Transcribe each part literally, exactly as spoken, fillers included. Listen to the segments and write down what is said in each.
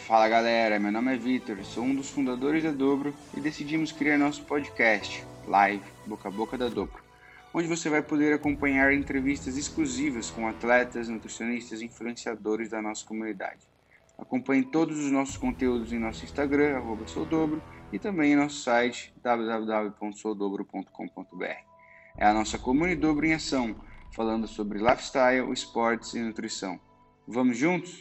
Fala galera, meu nome é Vitor, sou um dos fundadores da Dobro e decidimos criar nosso podcast, Live Boca a Boca da Dobro, onde você vai poder acompanhar entrevistas exclusivas com atletas, nutricionistas e influenciadores da nossa comunidade. Acompanhe todos os nossos conteúdos em nosso Instagram, arroba soudobro, e também em nosso site, w w w ponto soudobro ponto com ponto b r. É a nossa comunidade Dobro em ação, falando sobre lifestyle, esportes e nutrição. Vamos juntos?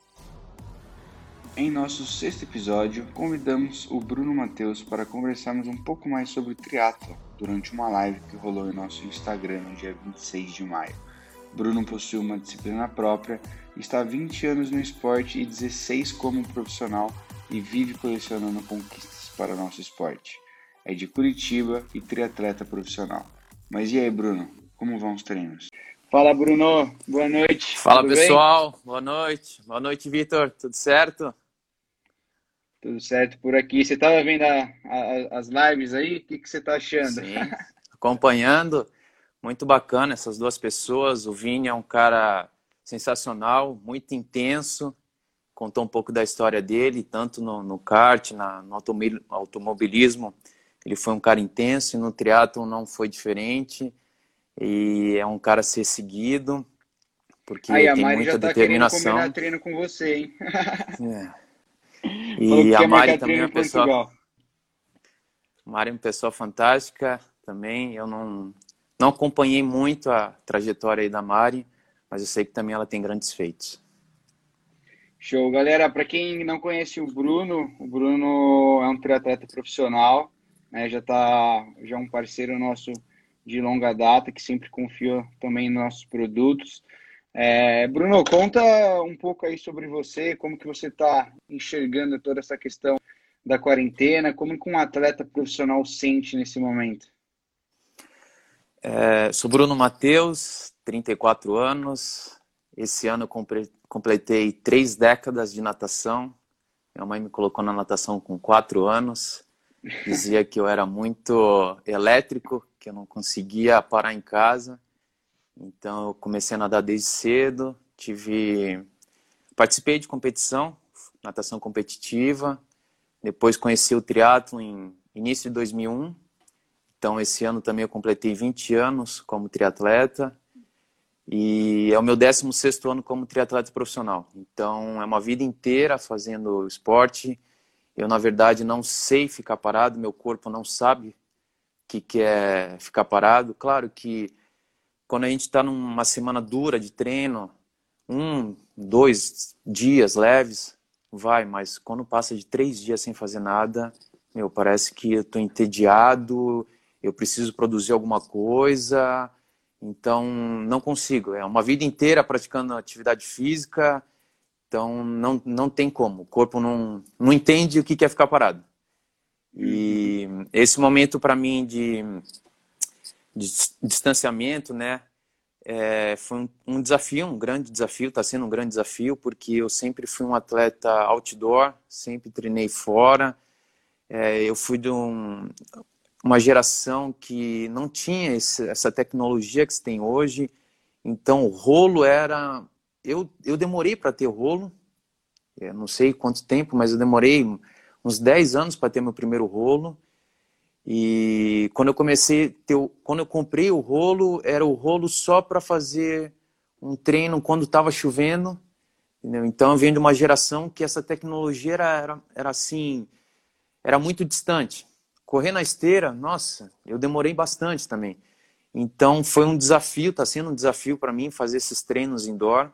Em nosso sexto episódio, convidamos o Bruno Matheus para conversarmos um pouco mais sobre triatlo durante uma live que rolou em nosso Instagram no dia vinte e seis de maio. Bruno possui uma disciplina própria, está há vinte anos no esporte e dezesseis como profissional e vive colecionando conquistas para nosso esporte. É de Curitiba e triatleta profissional. Mas e aí, Bruno? Como vão os treinos? Fala, Bruno. Boa noite. Fala, Tudo pessoal. bem? Boa noite. Boa noite, Vitor. Tudo certo? Tudo certo por aqui. Você estava vendo a, a, as lives aí? O que, que você está achando? Sim, acompanhando. Muito bacana essas duas pessoas. O Vini é um cara sensacional, muito intenso. Contou um pouco da história dele, tanto no, no kart, na, no automobilismo. Ele foi um cara intenso e no triatlo não foi diferente. E é um cara a ser seguido, porque Aí, a tem Mari já muita está querendo combinar determinação. treino com você, hein? É. Falou que E a quer Mari marcar também é treino uma em pessoa, Portugal. Mari é uma pessoa fantástica também. Eu não, não acompanhei muito a trajetória aí da Mari, mas eu sei que também ela tem grandes feitos. Show. Galera, para quem não conhece o Bruno, o Bruno é um triatleta profissional, né? Já tá, já é um parceiro nosso de longa data, que sempre confia também nos nossos produtos. É, Bruno, conta um pouco aí sobre você, como que você está enxergando toda essa questão da quarentena, como que um atleta profissional sente nesse momento? É, sou Bruno Matheus, trinta e quatro anos. Esse ano eu compre- completei três décadas de natação. Minha mãe me colocou na natação com quatro anos. Dizia que eu era muito elétrico, que eu não conseguia parar em casa. Então eu comecei a nadar desde cedo. Tive, participei de competição, natação competitiva. Depois conheci o triatlo em início de dois mil e um. Então esse ano também eu completei vinte anos como triatleta. E é o meu décimo sexto ano como triatleta profissional. Então é uma vida inteira fazendo esporte. Eu, na verdade, não sei ficar parado, meu corpo não sabe o que, que é ficar parado. Claro que quando a gente está numa semana dura de treino, um, dois dias leves, vai, mas quando passa de três dias sem fazer nada, meu, parece que eu estou entediado, eu preciso produzir alguma coisa, então não consigo. É uma vida inteira praticando atividade física, então não, não tem como, o corpo não, não entende o que é ficar parado. E esse momento para mim de, de distanciamento, né, é, foi um, um desafio, um grande desafio, está sendo um grande desafio, porque eu sempre fui um atleta outdoor, sempre treinei fora, é, eu fui de um, uma geração que não tinha esse, essa tecnologia que se tem hoje, então o rolo era... Eu, eu demorei para ter rolo, eu não sei quanto tempo, mas eu demorei uns dez anos para ter meu primeiro rolo. E quando eu comecei, ter, quando eu comprei o rolo, era o rolo só para fazer um treino quando estava chovendo. Entendeu? Então eu venho de uma geração que essa tecnologia era, era, era assim, era muito distante. Correr na esteira, nossa, eu demorei bastante também. Então foi um desafio, está sendo um desafio para mim fazer esses treinos indoor.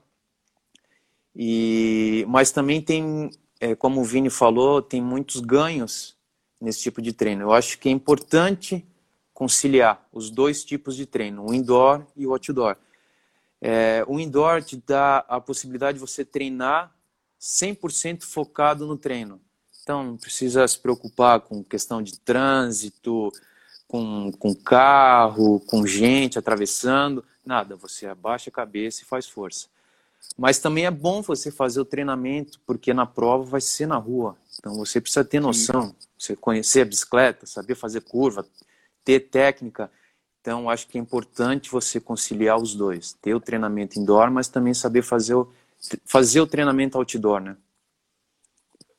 E, mas também tem, é, como o Vini falou, tem muitos ganhos nesse tipo de treino. Eu acho que é importante conciliar os dois tipos de treino, o indoor e o outdoor. É, o indoor te dá a possibilidade de você treinar cem por cento focado no treino. Então, não precisa se preocupar com questão de trânsito, com, com carro, com gente atravessando, nada. Você abaixa a cabeça e faz força. Mas também é bom você fazer o treinamento, porque na prova vai ser na rua. Então você precisa ter noção, Sim. você conhecer a bicicleta, saber fazer curva, ter técnica. Então acho que é importante você conciliar os dois. Ter o treinamento indoor, mas também saber fazer o, fazer o treinamento outdoor, né?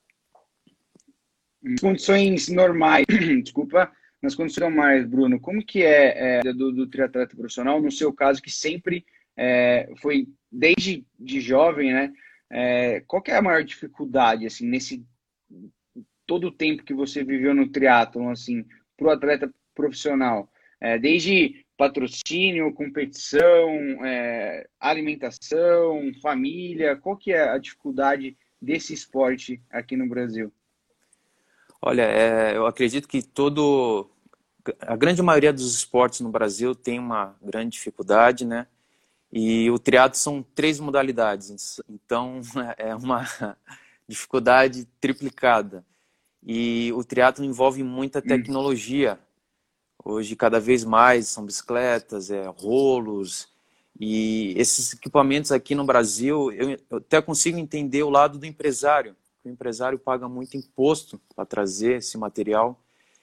Nas condições normais, desculpa, nas condições normais, Bruno, como que é, é do, do triatleta profissional, no seu caso, que sempre é, foi desde de jovem, né? É, qual que é a maior dificuldade, assim, nesse todo o tempo que você viveu no triatlon, assim, para o atleta profissional? É, desde patrocínio, competição, é, alimentação, família, qual que é a dificuldade desse esporte aqui no Brasil? Olha, é, eu acredito que todo, a grande maioria dos esportes no Brasil tem uma grande dificuldade, né? E o triatlo são três modalidades, então é uma dificuldade triplicada. E o triatlo envolve muita Hum, tecnologia. Hoje, cada vez mais, são bicicletas, é, rolos, e esses equipamentos aqui no Brasil, eu, eu até consigo entender o lado do empresário. O empresário paga muito imposto para trazer esse material,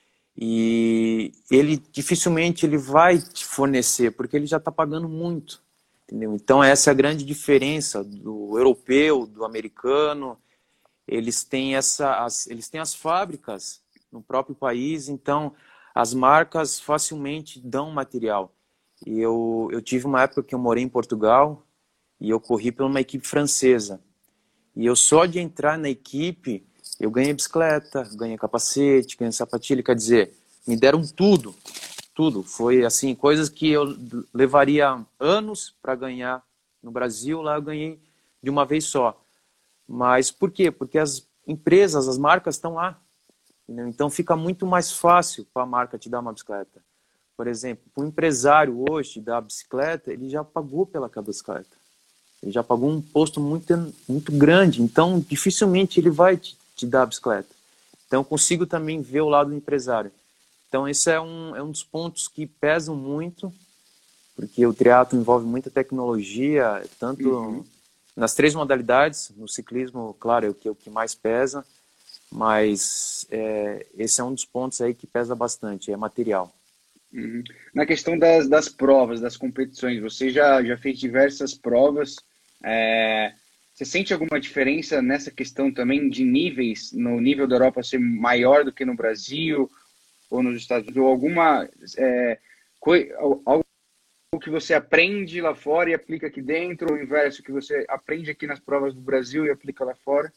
e ele dificilmente ele vai te fornecer, porque ele já está pagando muito. Entendeu? Então, essa é a grande diferença do europeu, do americano. Eles têm, essa, as, eles têm as fábricas no próprio país, então as marcas facilmente dão material. E eu, eu tive uma época que eu morei em Portugal e eu corri por uma equipe francesa. E eu só de entrar na equipe, eu ganhei bicicleta, ganhei capacete, ganhei sapatilha, quer dizer, me deram tudo, tudo. Foi assim, coisas que eu levaria anos para ganhar no Brasil, lá eu ganhei de uma vez só. Mas por quê? Porque as empresas, as marcas estão lá. Entendeu? Então fica muito mais fácil para a marca te dar uma bicicleta. Por exemplo, o empresário hoje da bicicleta, ele já pagou pela bicicleta. Ele já pagou um imposto muito, muito grande. Então, dificilmente ele vai te, te dar a bicicleta. Então, eu consigo também ver o lado do empresário. Então, esse é um, é um dos pontos que pesam muito, porque o triatlo envolve muita tecnologia, tanto uhum. nas três modalidades. No ciclismo, claro, é o que, é o que mais pesa, mas é, esse é um dos pontos aí que pesa bastante, é material. Uhum. Na questão das, das provas, das competições, você já, já fez diversas provas. é, Você sente alguma diferença nessa questão também de níveis, no nível da Europa ser maior do que no Brasil ou nos Estados Unidos? Ou alguma é, coi- al- algo que você aprende lá fora e aplica aqui dentro, ou o inverso, que você aprende aqui nas provas do Brasil e aplica lá fora?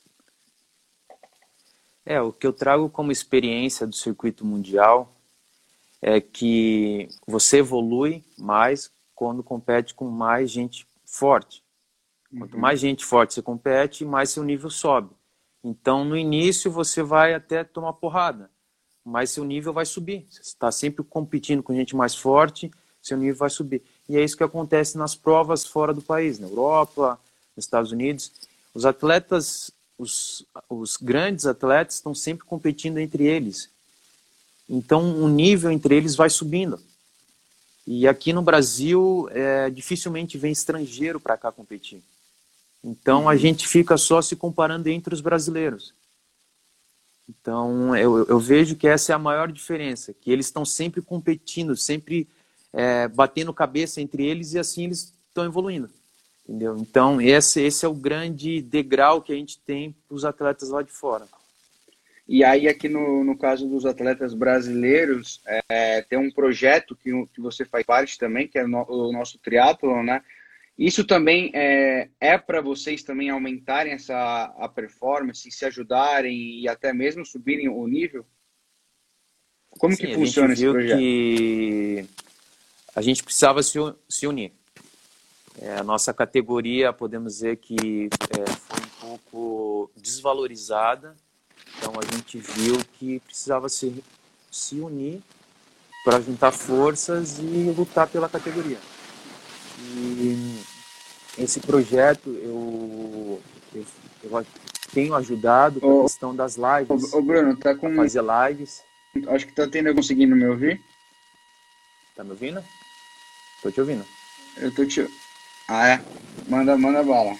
É, o que eu trago como experiência do circuito mundial é que você evolui mais quando compete com mais gente forte. Quanto Uhum. mais gente forte você compete, mais seu nível sobe. Então, no início, você vai até tomar porrada, mas seu nível vai subir. Você está sempre competindo com gente mais forte, seu nível vai subir. E é isso que acontece nas provas fora do país, na Europa, nos Estados Unidos. Os atletas, os, os grandes atletas estão sempre competindo entre eles. Então, o nível entre eles vai subindo. E aqui no Brasil, é, dificilmente vem estrangeiro para cá competir. Então, a Uhum. gente fica só se comparando entre os brasileiros. Então, eu, eu vejo que essa é a maior diferença, que eles estão sempre competindo, sempre é, batendo cabeça entre eles e assim eles estão evoluindo. Entendeu? Então, esse, esse é o grande degrau que a gente tem para os atletas lá de fora. E aí, aqui no, no caso dos atletas brasileiros, é, tem um projeto que, que você faz parte também, que é o, no, o nosso triatlon, né? Isso também é, é para vocês também aumentarem essa a performance, se ajudarem e até mesmo subirem o nível? Como que Sim, a gente funciona esse viu projeto? que a gente precisava se, se unir. É, a nossa categoria, podemos dizer que é, foi um pouco desvalorizada, então a gente viu que precisava se, se unir para juntar forças e lutar pela categoria. E esse projeto eu, eu, eu tenho ajudado com a Ô, questão das ô, lives, ô, Bruno, tá a com. fazer lives. Acho que tá tendo conseguindo me ouvir? Tá me ouvindo? Tô te ouvindo. Eu tô te. Ah, é? Manda, manda bala.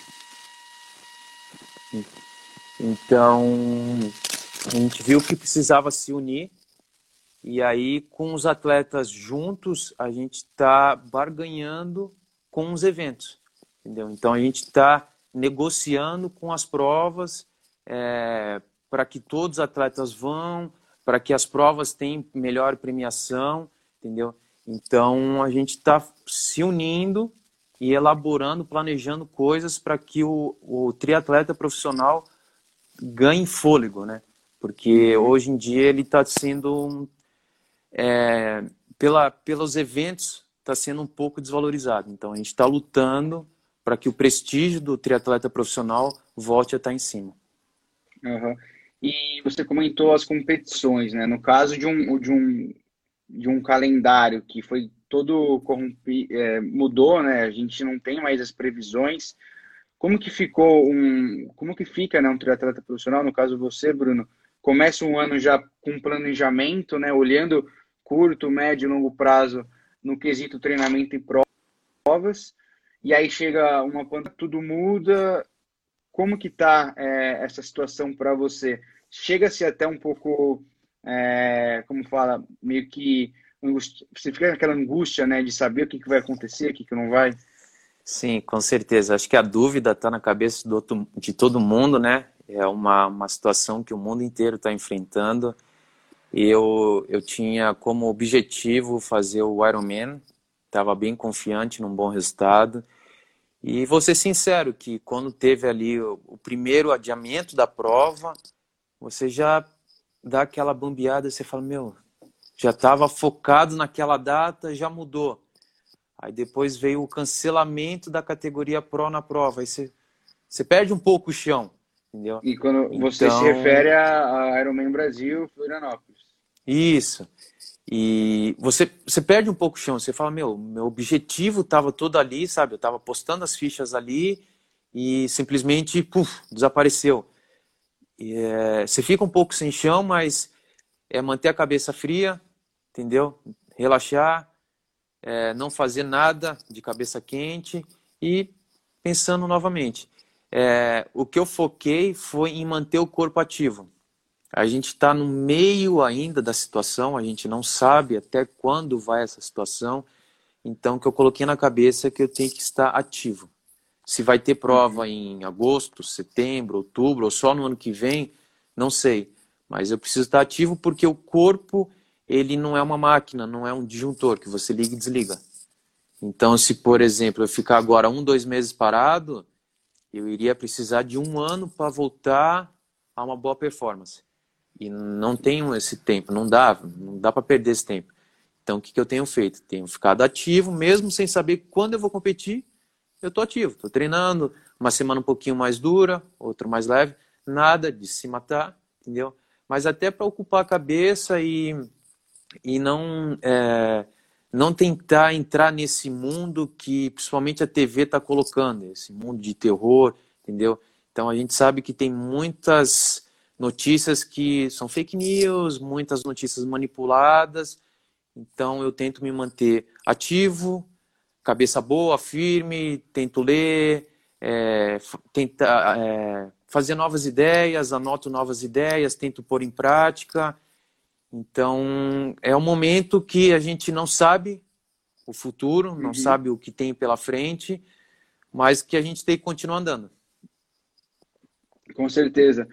Então, a gente viu que precisava se unir. E aí, com os atletas juntos, a gente está barganhando com os eventos, entendeu? Então, a gente está negociando com as provas, é, para que todos os atletas vão, para que as provas tenham melhor premiação, entendeu? Então, a gente está se unindo e elaborando, planejando coisas para que o, o triatleta profissional ganhe fôlego, né? Porque hoje em dia ele está sendo, é, pela, pelos eventos, está sendo um pouco desvalorizado. Então, a gente está lutando para que o prestígio do triatleta profissional volte a estar em cima. Uhum. E você comentou as competições, né? No caso de um, de um, de um calendário que foi todo corrompi, é, mudou, né? A gente não tem mais as previsões. Como que ficou um, como que fica, né, um triatleta profissional? No caso você, Bruno, começa um ano já com planejamento, né? Olhando curto, médio e longo prazo no quesito treinamento e provas. E aí chega uma pandemia, tudo muda. Como que tá é, essa situação para você? Chega-se até um pouco, é, como fala, meio que angústia, você fica naquela angústia, né, de saber o que, que vai acontecer, o que, que não vai? Sim, com certeza. Acho que a dúvida está na cabeça do outro, de todo mundo, né? É uma, uma situação que o mundo inteiro está enfrentando. Eu, eu tinha como objetivo fazer o Ironman, estava bem confiante num bom resultado. E vou ser sincero que quando teve ali o, o primeiro adiamento da prova, você já dá aquela bambeada, você fala, meu, já estava focado naquela data, já mudou. Aí depois veio o cancelamento da categoria Pro na prova, aí você, você perde um pouco o chão, entendeu? E quando você se Então, refere a, a Ironman Brasil, Florianópolis. isso. E você, você perde um pouco o chão, você fala, meu, meu objetivo estava todo ali, sabe? Eu estava postando as fichas ali e simplesmente, puf, desapareceu. E, é, você fica um pouco sem chão, mas é manter a cabeça fria, entendeu? Relaxar, é, não fazer nada de cabeça quente e pensando novamente. É, o que eu foquei foi em manter o corpo ativo. A gente está no meio ainda da situação, a gente não sabe até quando vai essa situação, então o que eu coloquei na cabeça é que eu tenho que estar ativo. Se vai ter prova Uhum. em agosto, setembro, outubro, ou só no ano que vem, não sei. Mas eu preciso estar ativo porque o corpo, ele não é uma máquina, não é um disjuntor que você liga e desliga. Então, se, por exemplo, eu ficar agora um, dois meses parado, eu iria precisar de um ano para voltar a uma boa performance. E não tenho esse tempo, não dá, não dá para perder esse tempo. Então, o que, que eu tenho feito? Tenho ficado ativo, mesmo sem saber quando eu vou competir, eu estou ativo. Estou treinando, uma semana um pouquinho mais dura, outra mais leve, nada de se matar, entendeu? Mas até para ocupar a cabeça e, e não, é, não tentar entrar nesse mundo que principalmente a T V está colocando, esse mundo de terror, entendeu? Então, a gente sabe que tem muitas notícias que são fake news, muitas notícias manipuladas. Então eu tento me manter ativo, cabeça boa, firme, tento ler, é, tentar é, fazer novas ideias, anoto novas ideias, tento pôr em prática. Então é um momento que a gente não sabe o futuro, não Uhum. sabe o que tem pela frente, mas que a gente tem que continuar andando. Com certeza.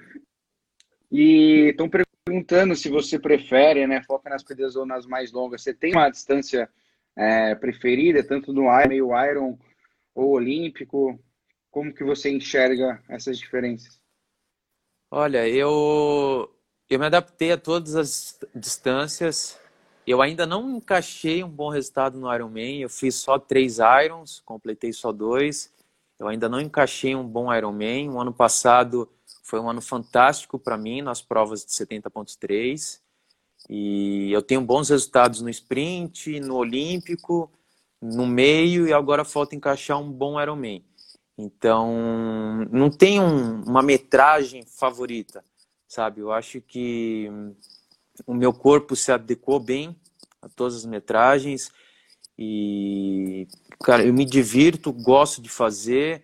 E estão perguntando se você prefere, né, foca nas corridas ou nas mais longas. Você tem uma distância é, preferida, tanto no Iron, meio Iron ou Olímpico? Como que você enxerga essas diferenças? Olha, eu, eu me adaptei a todas as distâncias. Eu ainda não encaixei um bom resultado no Ironman. Eu fiz só três Irons, completei só dois. Eu ainda não encaixei um bom Ironman. O ano passado foi um ano fantástico para mim nas provas de setenta ponto três. E eu tenho bons resultados no sprint, no olímpico, no meio e agora falta encaixar um bom Ironman. Então, não tem um, uma metragem favorita, sabe? Eu acho que o meu corpo se adequou bem a todas as metragens e, cara, eu me divirto, gosto de fazer.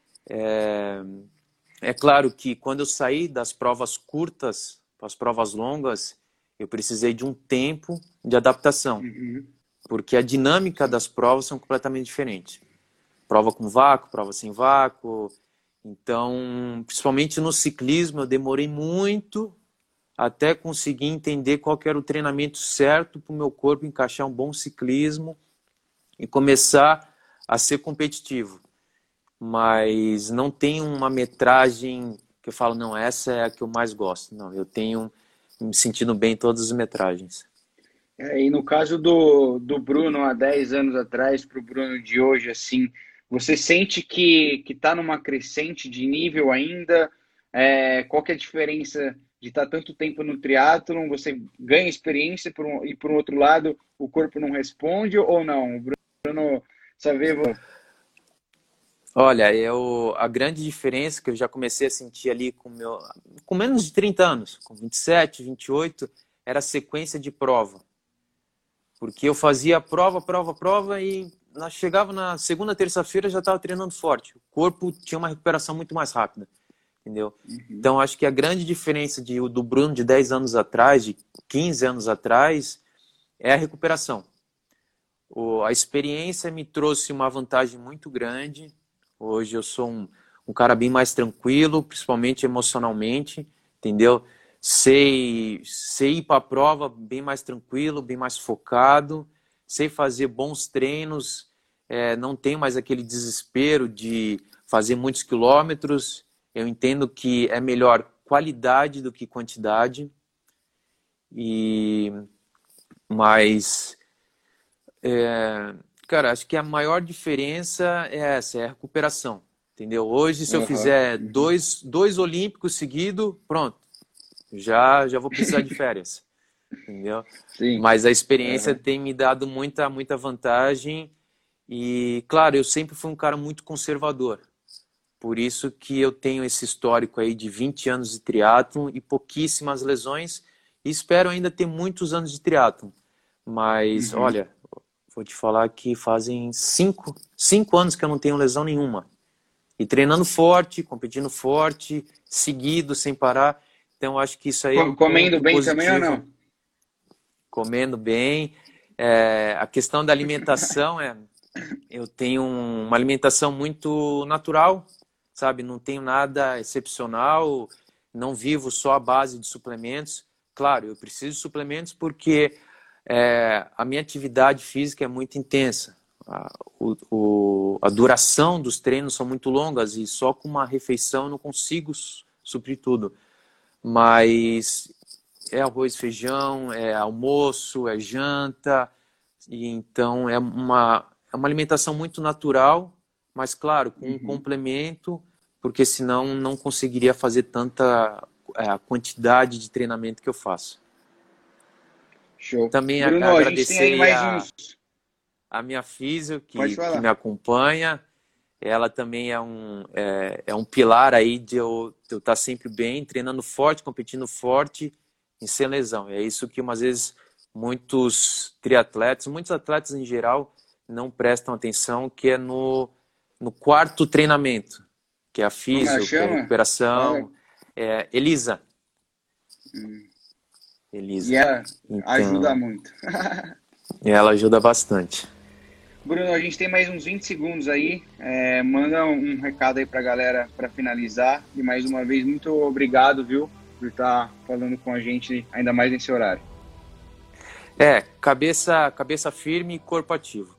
É, é claro que quando eu saí das provas curtas para as provas longas, eu precisei de um tempo de adaptação, Uhum. porque a dinâmica das provas são completamente diferentes. Prova com vácuo, prova sem vácuo. Então, principalmente no ciclismo, eu demorei muito até conseguir entender qual que era o treinamento certo para o meu corpo encaixar um bom ciclismo e começar a ser competitivo. Mas não tem uma metragem que eu falo, não, essa é a que eu mais gosto. Não, eu tenho me sentindo bem em todas as metragens. É, e no caso do, do Bruno, há dez anos atrás, para o Bruno de hoje, assim, você sente que que está numa crescente de nível ainda? É, qual que é a diferença de estar tanto tempo no triatlon? Você ganha experiência por um, e, por um outro lado, o corpo não responde ou não? O Bruno Savevo. Olha, eu, a grande diferença que eu já comecei a sentir ali com, meu, com menos de trinta anos, com vinte e sete, vinte e oito, era a sequência de prova. Porque eu fazia prova, prova, prova e chegava na segunda, terça-feira já estava treinando forte. O corpo tinha uma recuperação muito mais rápida, entendeu? Uhum. Então, acho que a grande diferença de, do Bruno de dez anos atrás, de quinze anos atrás, é a recuperação. O, a experiência me trouxe uma vantagem muito grande. Hoje eu sou um, um cara bem mais tranquilo, principalmente emocionalmente, entendeu? Sei, sei ir para a prova bem mais tranquilo, bem mais focado, sei fazer bons treinos, é, não tenho mais aquele desespero de fazer muitos quilômetros. Eu entendo que é melhor qualidade do que quantidade, e mas, é, cara, acho que a maior diferença é essa, é a recuperação, entendeu? Hoje, se eu uhum. fizer dois, dois olímpicos seguidos, pronto, já, já vou precisar de férias, entendeu? Sim. Mas a experiência uhum. tem me dado muita, muita vantagem e, claro, eu sempre fui um cara muito conservador. Por isso que eu tenho esse histórico aí de vinte anos de triatlon e pouquíssimas lesões, e espero ainda ter muitos anos de triatlon. Mas, uhum. olha, vou te falar que fazem cinco, cinco anos que eu não tenho lesão nenhuma. E treinando forte, competindo forte, seguido, sem parar. Então, acho que isso aí é um comendo bem positivo. Também ou não? Comendo bem. É, a questão da alimentação, é, eu tenho uma alimentação muito natural, sabe? Não tenho nada excepcional, não vivo só à base de suplementos. Claro, eu preciso de suplementos porque é, a minha atividade física é muito intensa. A, o, o, a duração dos treinos são muito longas e só com uma refeição eu não consigo suprir tudo. Mas é arroz, feijão, é almoço, é janta, e então é uma, é uma alimentação muito natural, mas claro, com um uhum. complemento, porque senão não conseguiria fazer tanta é, a quantidade de treinamento que eu faço. Show. Também Bruno, a, a gente tem aí mais a, uns... a minha físio, que, que me acompanha. Ela também é um, é, é um pilar aí de eu, de eu estar sempre bem, treinando forte, competindo forte e sem lesão. É isso que, umas vezes, muitos triatletas, muitos atletas em geral, não prestam atenção, que é no, no quarto treinamento, que é a físio, que é a recuperação. É, Elisa. Hum. Elisa. E ela então, ajuda muito. E ela ajuda bastante. Bruno, a gente tem mais uns vinte segundos aí. É, manda um recado aí pra galera para finalizar. E mais uma vez, muito obrigado, viu, por estar falando com a gente, ainda mais nesse horário. É, cabeça, cabeça firme e corpo ativo.